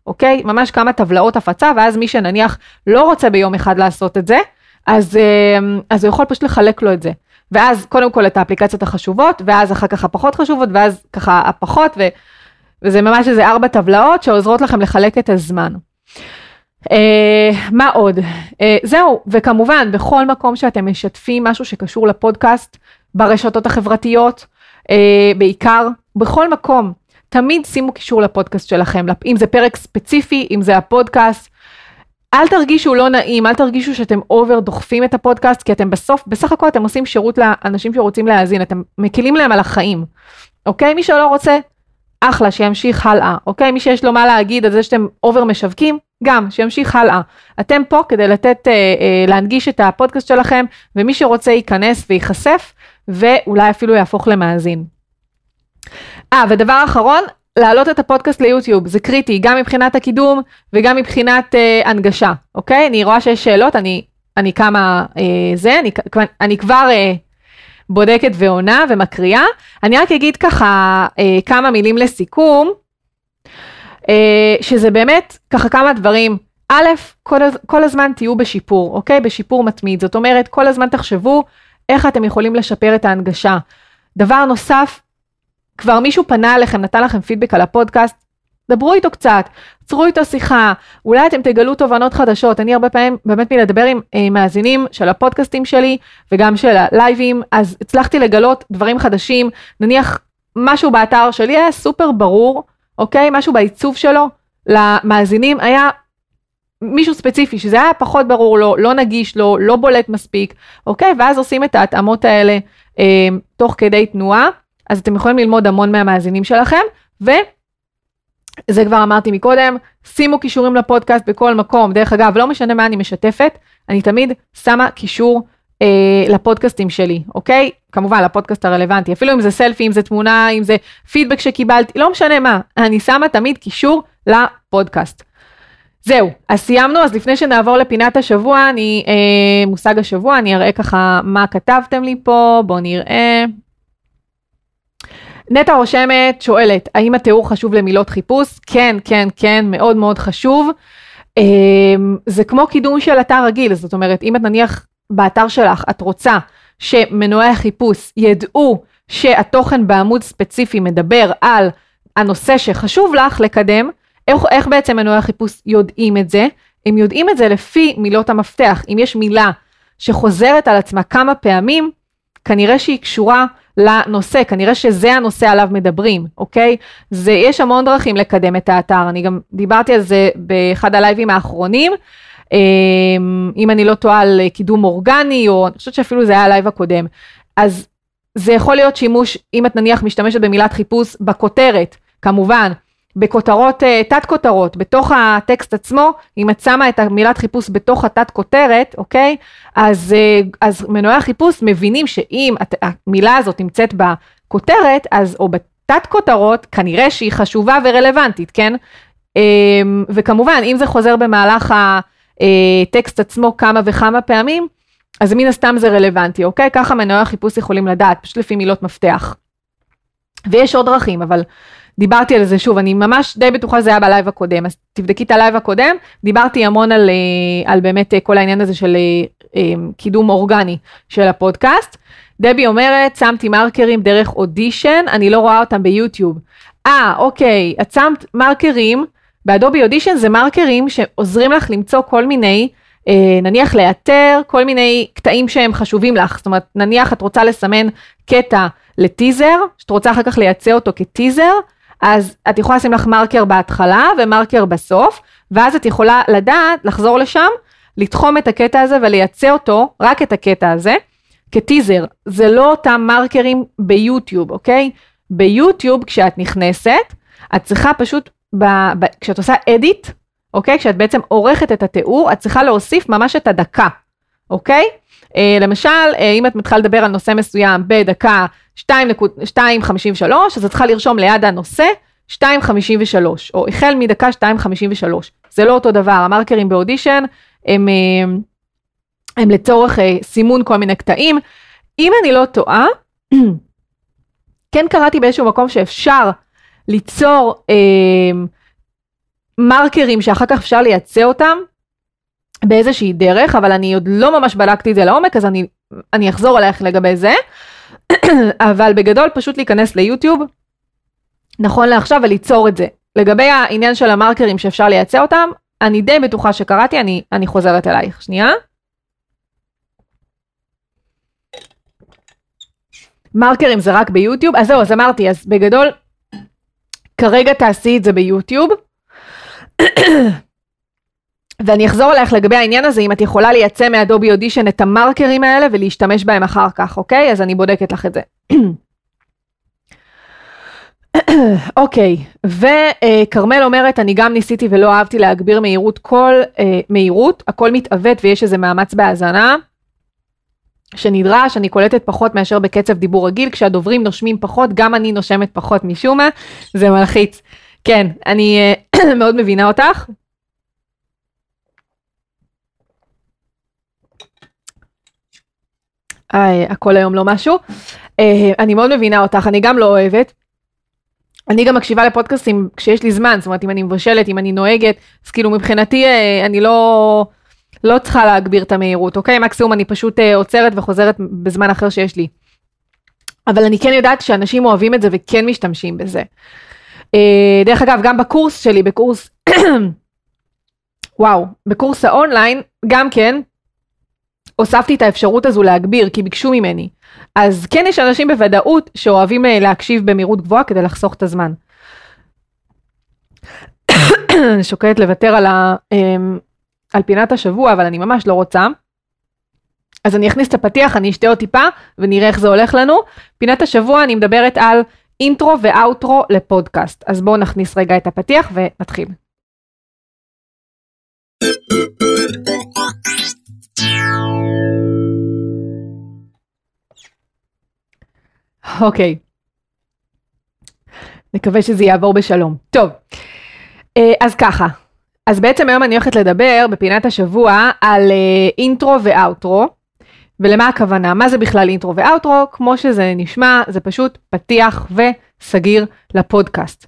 אוקיי? ממש כמה טבלאות הפצה, ואז מי שנניח לא רוצה ביום אחד לעשות את זה, אז, אז הוא יכול פשוט לחלק לו את זה. ואז קודם כל את האפליקציות החשובות, ואז אחר כך הפחות חשובות, ואז ככה הפחות, ו, וזה ממש איזה ארבע טבלאות שעוזרות לכם לחלק את הזמן. אה, מה עוד? אה, זהו, וכמובן, בכל מקום שאתם משתפים משהו שקשור לפודקאסט, ברשתות החברתיות, אה, בעיקר, בכל מקום, תמיד שימו קישור לפודקאסט שלכם, אם זה פרק ספציפי, אם זה הפודקאסט, אל תרגישו לא נעים, אל תרגישו שאתם אובר דוחפים את הפודקאסט, כי אתם בסוף, בסך הכל אתם עושים שירות לאנשים שרוצים להאזין, אתם מקילים להם על החיים, אוקיי? מי שלא רוצה, אחלה, שימשיך הלאה, אוקיי? מי שיש לו מה להגיד על זה שאתם אובר משווקים, גם, שימשיך הלאה. אתם פה כדי לתת, אה, אה, להנגיש את הפודקאסט שלכם, ומי שרוצה ייכנס וייחשף, ואולי אפילו יהפוך למאזין. אה, ודבר אחרון, להעלות את הפודקאסט ליוטיוב, זה קריטי, גם מבחינת הקידום, וגם מבחינת אה, הנגשה, אוקיי? אני רואה שיש שאלות, אני, אני כמה אה, זה, אני, אני כבר אה, בודקת ועונה ומקריאה, אני רק אגיד ככה אה, כמה מילים לסיכום, אה, שזה באמת ככה כמה דברים, א', כל, כל הזמן תהיו בשיפור, אוקיי? בשיפור מתמיד, זאת אומרת, כל הזמן תחשבו איך אתם יכולים לשפר את ההנגשה. דבר נוסף, כבר מישהו פנה אליכם, נתן לכם פידבק על הפודקאסט, דברו איתו קצת, צרו איתו שיחה, אולי אתם תגלו תובנות חדשות, אני הרבה פעמים באמת מלדבר עם אה, מאזינים של הפודקאסטים שלי, וגם של הלייבים, אז הצלחתי לגלות דברים חדשים, נניח משהו באתר שלי היה סופר ברור, אוקיי? משהו בעיצוב שלו, למאזינים היה מישהו ספציפי, שזה היה פחות ברור לו, לא נגיש לו, לא בולט מספיק, אוקיי? ואז עושים את ההתאמות האלה אה, תוך כדי תנועה, אז אתם יכולים ללמוד המון מהמאזינים שלכם, וזה כבר אמרתי מקודם, שימו קישורים לפודקאסט בכל מקום, דרך אגב, לא משנה מה אני משתפת, אני תמיד שמה קישור אה, לפודקאסטים שלי, אוקיי? כמובן, לפודקאסט הרלוונטי, אפילו אם זה סלפי, אם זה תמונה, אם זה פידבק שקיבלתי, לא משנה מה, אני שמה תמיד קישור לפודקאסט. זהו, אז סיימנו, אז לפני שנעבור לפינת השבוע, אני, אה, מושג השבוע, אני אראה ככה מה כתבתם לי פה, בואו נראה. נטע רושמת שואלת, האם התיאור חשוב למילות חיפוש? כן, כן, כן, מאוד מאוד חשוב. זה כמו קידום של אתר רגיל, זאת אומרת, אם את נניח באתר שלך, את רוצה שמנועי החיפוש ידעו שהתוכן בעמוד ספציפי מדבר על הנושא שחשוב לך לקדם, איך, איך בעצם מנועי החיפוש יודעים את זה? הם יודעים את זה לפי מילות המפתח. אם יש מילה שחוזרת על עצמה כמה פעמים, כנראה שהיא קשורה לנושא, כנראה שזה הנושא עליו מדברים, אוקיי? זה, יש המון דרכים לקדם את האתר, אני גם דיברתי על זה באחד הלייבים האחרונים, אם אני לא טועה על קידום אורגני, או אני חושבת שאפילו זה היה הלייב הקודם, אז זה יכול להיות שימוש, אם את נניח משתמשת במילת חיפוש בכותרת, כמובן, בכותרות, תת כותרות, בתוך הטקסט עצמו, אם את שמה את המילת חיפוש בתוך התת כותרת, אוקיי? אז, אז מנועי החיפוש מבינים שאם המילה הזאת נמצאת בכותרת, אז, או בתת כותרות, כנראה שהיא חשובה ורלוונטית, כן? וכמובן, אם זה חוזר במהלך הטקסט עצמו כמה וכמה פעמים, אז מן הסתם זה רלוונטי, אוקיי? ככה מנועי החיפוש יכולים לדעת, פשוט לפי מילות מפתח. ויש עוד דרכים, אבל דיברתי על זה שוב, אני ממש די בטוחה שזה היה בלייב הקודם, אז תבדקי את הלייב הקודם, דיברתי המון על, על באמת כל העניין הזה של קידום אורגני של הפודקאסט. דבי אומרת, שמתי מרקרים דרך אודישן, אני לא רואה אותם ביוטיוב. אה, אוקיי, את שמת מרקרים, באדובי אודישן זה מרקרים שעוזרים לך למצוא כל מיני, נניח לאתר, כל מיני קטעים שהם חשובים לך, זאת אומרת, נניח את רוצה לסמן קטע לטיזר, שאת רוצה אחר כך לייצא אותו כטיזר, אז את יכולה לשים לך מרקר בהתחלה ומרקר בסוף, ואז את יכולה לדעת, לחזור לשם, לתחום את הקטע הזה ולייצא אותו, רק את הקטע הזה, כטיזר. זה לא אותם מרקרים ביוטיוב, אוקיי? ביוטיוב כשאת נכנסת, את צריכה פשוט, ב, ב, כשאת עושה אדיט, אוקיי? כשאת בעצם עורכת את התיאור, את צריכה להוסיף ממש את הדקה, אוקיי? אה, למשל, אה, אם את מתחילה לדבר על נושא מסוים בדקה שתיים חמישים ושלוש, אז את צריכה לרשום ליד הנושא שתיים חמישים ושלוש, או החל מדקה שתיים חמישים ושלוש. זה לא אותו דבר, המרקרים באודישן הם, הם, הם לצורך סימון כל מיני קטעים. אם אני לא טועה, כן קראתי באיזשהו מקום שאפשר ליצור, מרקרים שאחר כך אפשר לייצא אותם באיזושהי דרך, אבל אני עוד לא ממש בדקתי את זה לעומק, אז אני, אני אחזור עליך לגבי זה, אבל בגדול פשוט להיכנס ליוטיוב, נכון לעכשיו, וליצור את זה. לגבי העניין של המרקרים שאפשר לייצא אותם, אני די בטוחה שקראתי, אני, אני חוזרת אלייך. שנייה. מרקרים זה רק ביוטיוב, אז זהו, אז אמרתי, אז בגדול, כרגע תעשי את זה ביוטיוב, ואני אחזור עליך לגבי העניין הזה, אם את יכולה לייצא מאדובי אודישן את המרקרים האלה, ולהשתמש בהם אחר כך, אוקיי? אז אני בודקת לך את זה. אוקיי, וקרמל אומרת, אני גם ניסיתי ולא אהבתי להגביר מהירות, כל מהירות, הכל מתעוות ויש איזה מאמץ בהאזנה, שנדרש, אני קולטת פחות מאשר בקצב דיבור רגיל, כשהדוברים נושמים פחות, גם אני נושמת פחות משום מה, זה מלחיץ. כן, אני מאוד מבינה אותך. איי, הכל היום לא משהו. אני מאוד מבינה אותך, אני גם לא אוהבת. אני גם מקשיבה לפודקאסטים כשיש לי זמן, זאת אומרת, אם אני מבשלת, אם אני נוהגת, אז כאילו מבחינתי אני לא, לא צריכה להגביר את המהירות, אוקיי? מקסימום אני פשוט עוצרת וחוזרת בזמן אחר שיש לי. אבל אני כן יודעת שאנשים אוהבים את זה וכן משתמשים בזה. דרך אגב, גם בקורס שלי, בקורס, וואו, בקורס האונליין, גם כן, הוספתי את האפשרות הזו להגביר, כי ביקשו ממני. אז כן יש אנשים בוודאות שאוהבים להקשיב במהירות גבוהה כדי לחסוך את הזמן. אני שוקלת לוותר על, ה, על פינת השבוע, אבל אני ממש לא רוצה. אז אני אכניס את הפתיח, אני אשתה עוד טיפה, ונראה איך זה הולך לנו. פינת השבוע אני מדברת על אינטרו ואוטרו לפודקאסט. אז בואו נכניס רגע את הפתיח ונתחיל. אוקיי. נקווה שזה יעבור בשלום. טוב, אז ככה. אז בעצם היום אני הולכת לדבר בפינת השבוע על אינטרו ואוטרו, ולמה הכוונה? מה זה בכלל אינטרו ואוטרו? כמו שזה נשמע, זה פשוט פתיח וסגיר לפודקאסט.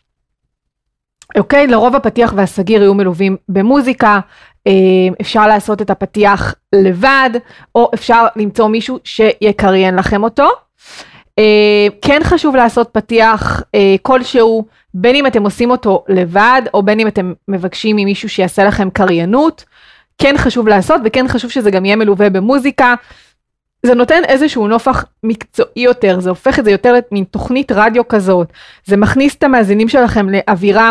אוקיי, לרוב הפתיח והסגיר יהיו מלווים במוזיקה, אפשר לעשות את הפתיח לבד, או אפשר למצוא מישהו שיקריין לכם אותו. כן חשוב לעשות פתיח כלשהו, בין אם אתם עושים אותו לבד, או בין אם אתם מבקשים ממישהו שיעשה לכם קריינות, כן חשוב לעשות, וכן חשוב שזה גם יהיה מלווה במוזיקה. זה נותן איזשהו נופח מקצועי יותר, זה הופך את זה יותר למין תוכנית רדיו כזאת, זה מכניס את המאזינים שלכם לאווירה,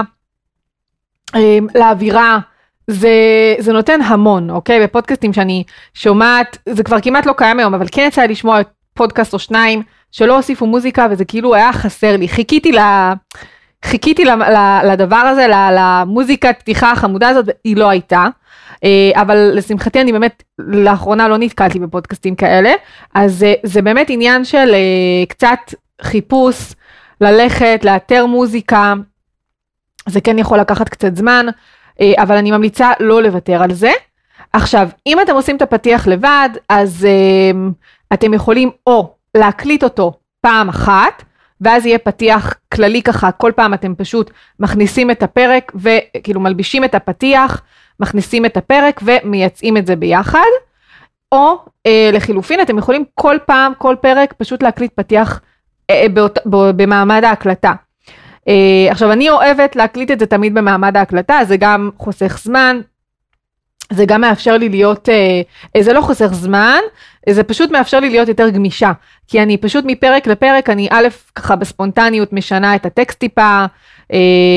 לאווירה, זה, זה נותן המון, אוקיי? בפודקאסטים שאני שומעת, זה כבר כמעט לא קיים היום, אבל כן יצא לשמוע פודקאסט או שניים, שלא הוסיפו מוזיקה, וזה כאילו היה חסר לי. חיכיתי, ל, חיכיתי ל, ל, לדבר הזה, ל, למוזיקת פתיחה החמודה הזאת, והיא לא הייתה. אבל לשמחתי אני באמת, לאחרונה לא נתקלתי בפודקאסטים כאלה, אז זה, זה באמת עניין של קצת חיפוש, ללכת, לאתר מוזיקה, זה כן יכול לקחת קצת זמן, אבל אני ממליצה לא לוותר על זה. עכשיו, אם אתם עושים את הפתיח לבד, אז אתם יכולים או להקליט אותו פעם אחת, ואז יהיה פתיח כללי ככה, כל פעם אתם פשוט מכניסים את הפרק, וכאילו מלבישים את הפתיח, מכניסים את הפרק ומייצאים את זה ביחד, או אה, לחילופין, אתם יכולים כל פעם, כל פרק, פשוט להקליט פתיח אה, באות, במעמד ההקלטה. אה, עכשיו, אני אוהבת להקליט את זה תמיד במעמד ההקלטה, זה גם חוסך זמן, זה גם מאפשר לי להיות, אה, זה לא חוסך זמן, זה פשוט מאפשר לי להיות יותר גמישה, כי אני פשוט מפרק לפרק, אני א' ככה בספונטניות משנה את הטקסט טיפה, אה,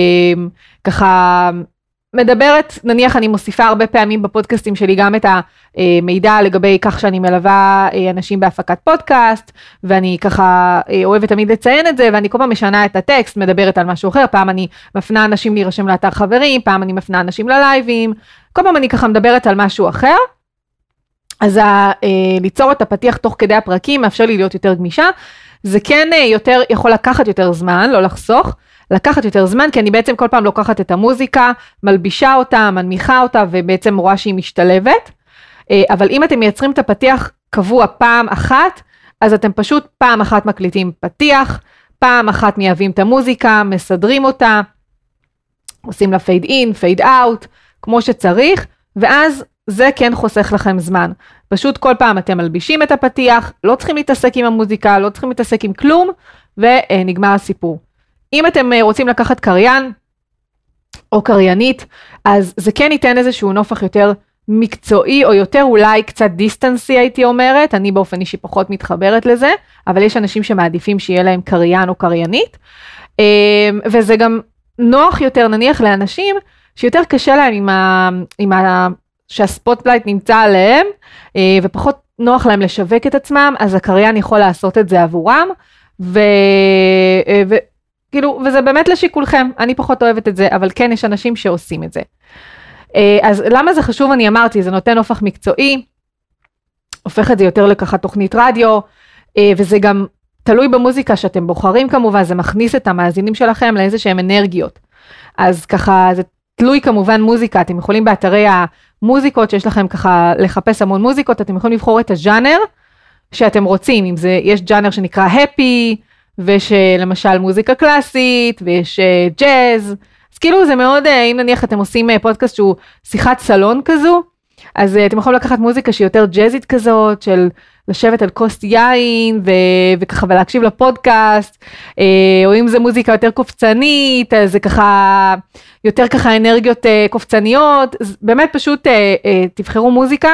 ככה מדברת, נניח אני מוסיפה הרבה פעמים בפודקאסטים שלי גם את המידע לגבי כך שאני מלווה אנשים בהפקת פודקאסט, ואני ככה אוהבת תמיד לציין את זה, ואני כל פעם משנה את הטקסט, מדברת על משהו אחר, פעם אני מפנה אנשים להירשם לאתר חברים, פעם אני מפנה אנשים ללייבים, כל פעם אני ככה מדברת על משהו אחר, אז ה, ליצור את הפתיח תוך כדי הפרקים מאפשר לי להיות יותר גמישה, זה כן יותר, יכול לקחת יותר זמן, לא לחסוך, לקחת יותר זמן, כי אני בעצם כל פעם לוקחת את המוזיקה, מלבישה אותה, מנמיכה אותה, ובעצם רואה שהיא משתלבת, אבל אם אתם מייצרים את הפתיח קבוע פעם אחת, אז אתם פשוט פעם אחת מקליטים פתיח, פעם אחת מייבאים את המוזיקה, מסדרים אותה, עושים לה פייד אין, פייד אאוט, כמו שצריך, ואז זה כן חוסך לכם זמן. פשוט כל פעם אתם מלבישים את הפתיח, לא צריכים להתעסק עם המוזיקה, לא צריכים להתעסק עם כלום, ונגמר הסיפור. אם אתם רוצים לקחת קריין, או קריינית, אז זה כן ייתן איזשהו נופח יותר מקצועי, או יותר אולי קצת דיסטנסי הייתי אומרת, אני באופן אישי פחות מתחברת לזה, אבל יש אנשים שמעדיפים שיהיה להם קריין או קריינית, וזה גם נוח יותר נניח לאנשים, שיותר קשה להם עם ה... עם ה... שהספוטלייט נמצא עליהם, ופחות נוח להם לשווק את עצמם, אז הקריין יכול לעשות את זה עבורם, ו... ו... כאילו, וזה באמת לשיקולכם, אני פחות אוהבת את זה, אבל כן יש אנשים שעושים את זה. אז למה זה חשוב? אני אמרתי, זה נותן נופח מקצועי, הופך את זה יותר לקחת תוכנית רדיו, וזה גם תלוי במוזיקה שאתם בוחרים כמובן, זה מכניס את המאזינים שלכם לאיזה שהם אנרגיות. אז ככה, זה תלוי כמובן מוזיקה, אתם יכולים באתרי המוזיקות שיש לכם ככה לחפש המון מוזיקות, אתם יכולים לבחור את הז'אנר שאתם רוצים, אם זה, יש ז'אנר שנקרא הפי, ויש למשל מוזיקה קלאסית, ויש ג'אז, אז כאילו זה מאוד, אם נניח אתם עושים פודקאסט שהוא שיחת סלון כזו, אז אתם יכולים לקחת מוזיקה שהיא יותר ג'אזית כזאת, של לשבת על כוס יין, ו- וככה ולהקשיב לפודקאסט, או אם זה מוזיקה יותר קופצנית, אז זה ככה, יותר ככה אנרגיות קופצניות, אז באמת פשוט תבחרו מוזיקה,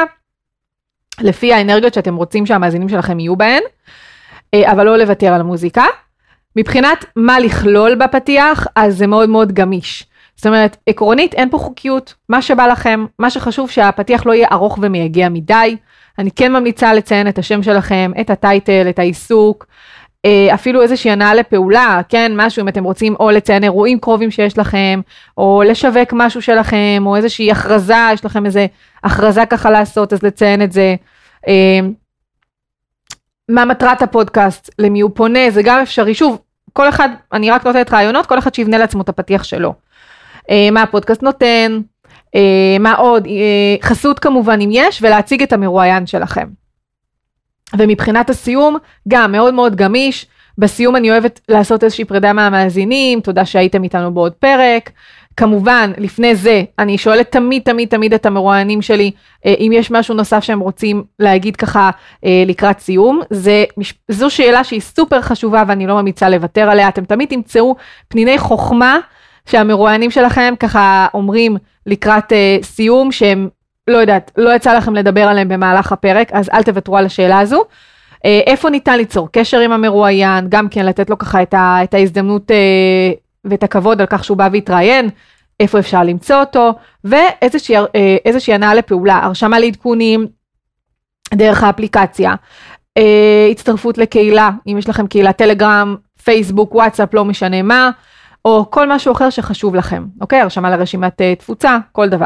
לפי האנרגיות שאתם רוצים שהמאזינים שלכם יהיו בהן, אבל לא לוותר על המוזיקה. מבחינת מה לכלול בפתיח, אז זה מאוד מאוד גמיש. זאת אומרת, עקרונית אין פה חוקיות, מה שבא לכם, מה שחשוב שהפתיח לא יהיה ארוך ומייגע מדי, אני כן ממליצה לציין את השם שלכם, את הטייטל, את העיסוק, אפילו איזושהי הנאה לפעולה, כן, משהו אם אתם רוצים או לציין אירועים קרובים שיש לכם, או לשווק משהו שלכם, או איזושהי הכרזה, יש לכם איזה הכרזה ככה לעשות, אז לציין את זה. מה מטרת הפודקאסט, למי הוא פונה, זה גם אפשרי. שוב, כל אחד, אני רק נותנת רעיונות, כל אחד שיבנה לעצמו את הפתיח שלו. מה הפודקאסט נותן, מה עוד, חסות כמובן אם יש, ולהציג את המרואיין שלכם. ומבחינת הסיום, גם מאוד מאוד גמיש, בסיום אני אוהבת לעשות איזושהי פרידה מהמאזינים, תודה שהייתם איתנו בעוד פרק, כמובן, לפני זה, אני שואלת תמיד, תמיד, תמיד את המרואיינים שלי, אם יש משהו נוסף שהם רוצים להגיד ככה לקראת סיום, זה, זו שאלה שהיא סופר חשובה, ואני לא ממליצה לוותר עליה, אתם תמיד תמצאו פניני חוכמה, שהמרואיינים שלכם ככה אומרים לקראת סיום, שהם, לא יודעת, לא יצא לכם לדבר עליהם במהלך הפרק, אז אל תוותרו על השאלה הזו. איפה ניתן ליצור קשר עם המרואיין, גם כן לתת לו ככה את, ה, את ההזדמנות ואת הכבוד על כך שהוא בא והתראיין, איפה אפשר למצוא אותו, ואיזושהי איזושהי הנאה לפעולה, הרשמה לעדכונים, דרך האפליקציה, הצטרפות לקהילה, אם יש לכם קהילה טלגרם, פייסבוק, וואטסאפ, לא משנה מה, או כל משהו אחר שחשוב לכם, אוקיי? הרשמה לרשימת תפוצה, כל דבר.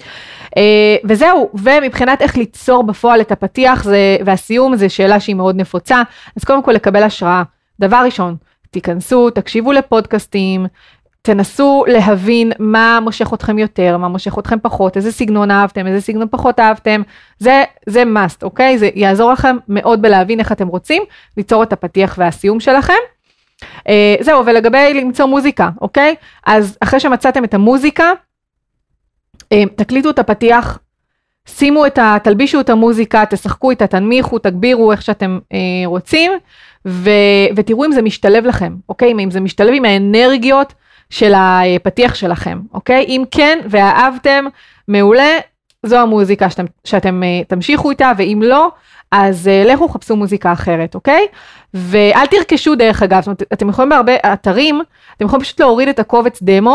וזהו, ומבחינת איך ליצור בפועל את הפתיח זה, והסיום, זה שאלה שהיא מאוד נפוצה, אז קודם כל לקבל השראה. דבר ראשון, תיכנסו, תקשיבו לפודקאסטים, תנסו להבין מה מושך אתכם יותר, מה מושך אתכם פחות, איזה סגנון אהבתם, איזה סגנון פחות אהבתם, זה, זה must, אוקיי? זה יעזור לכם מאוד בלהבין איך אתם רוצים, ליצור את הפתיח והסיום שלכם. Uh, זהו, ולגבי למצוא מוזיקה, אוקיי? אז אחרי שמצאתם את המוזיקה, uh, תקליטו את הפתיח, שימו את ה... תלבישו את המוזיקה, תשחקו איתה, תנמיכו, תגבירו איך שאתם uh, רוצים, ו... ותראו אם זה משתלב לכם, אוקיי? אם זה משתלב עם האנרגיות של הפתיח שלכם, אוקיי? אם כן, ואהבתם, מעולה, זו המוזיקה שאתם, שאתם uh, תמשיכו איתה, ואם לא, אז uh, לכו חפשו מוזיקה אחרת, אוקיי? ואל תרכשו דרך אגב, זאת אומרת, אתם יכולים בהרבה אתרים, אתם יכולים פשוט להוריד את הקובץ דמו,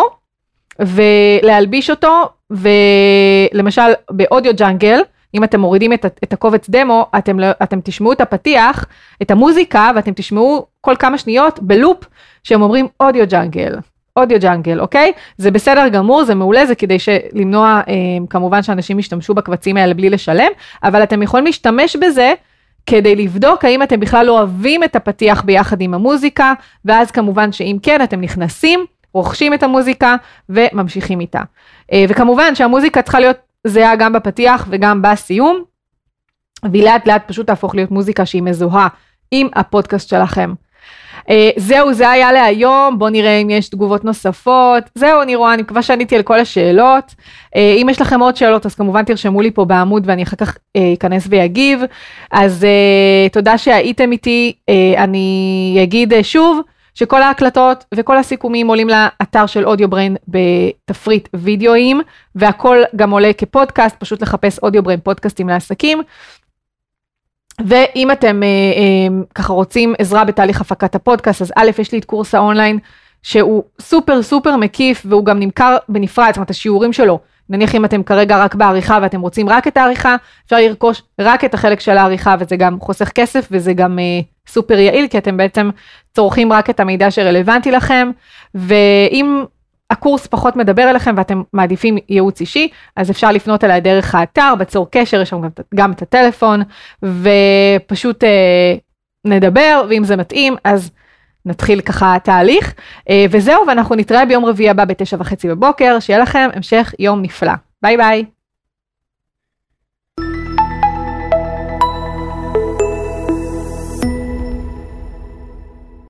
ולהלביש אותו, ולמשל באודיו ג'אנגל, אם אתם מורידים את, את הקובץ דמו, אתם, אתם תשמעו את הפתיח, את המוזיקה, ואתם תשמעו כל כמה שניות בלופ, שהם אומרים אודיו ג'אנגל, אודיו ג'אנגל, אוקיי? זה בסדר גמור, זה מעולה, זה כדי למנוע, אה, כמובן שאנשים ישתמשו בקבצים האלה בלי לשלם, אבל אתם יכולים להשתמש בזה, כדי לבדוק האם אתם בכלל לא אוהבים את הפתיח ביחד עם המוזיקה, ואז כמובן שאם כן, אתם נכנסים, רוכשים את המוזיקה, וממשיכים איתה. וכמובן שהמוזיקה צריכה להיות זהה גם בפתיח וגם בסיום, והיא לאט לאט פשוט תהפוך להיות מוזיקה שהיא מזוהה עם הפודקאסט שלכם. זהו, זה היה להיום, בואו נראה אם יש תגובות נוספות. זהו, אני רואה, אני מקווה שעניתי על כל השאלות. אם יש לכם עוד שאלות, אז כמובן תרשמו לי פה בעמוד, ואני אחר כך אכנס ויגיב. אז תודה שהייתם איתי, אני אגיד שוב, שכל ההקלטות וכל הסיכומים עולים לאתר של אודיובריין בתפריט וידאוים, והכל גם עולה כפודקאסט, פשוט לחפש אודיובריין פודקאסטים לעסקים. ואם אתם אה, אה, ככה רוצים עזרה בתהליך הפקת הפודקאסט, אז א', יש לי את קורס האונליין, שהוא סופר סופר מקיף, והוא גם נמכר בנפרד, זאת אומרת השיעורים שלו, נניח אם אתם כרגע רק בעריכה, ואתם רוצים רק את העריכה, אפשר לרכוש רק את החלק של העריכה, וזה גם חוסך כסף, וזה גם אה, סופר יעיל, כי אתם בעצם צורכים רק את המידע שרלוונטי לכם, ואם הקורס פחות מדבר אליכם, ואתם מעדיפים ייעוץ אישי, אז אפשר לפנות אליי דרך האתר, בצור קשר, יש שם גם, גם את הטלפון, ופשוט אה, נדבר, ואם זה מתאים, אז נתחיל ככה תהליך, אה, וזהו, ואנחנו נתראה ביום רביעי הבא בתשע וחצי בבוקר, שיהיה לכם המשך יום נפלא. ביי ביי.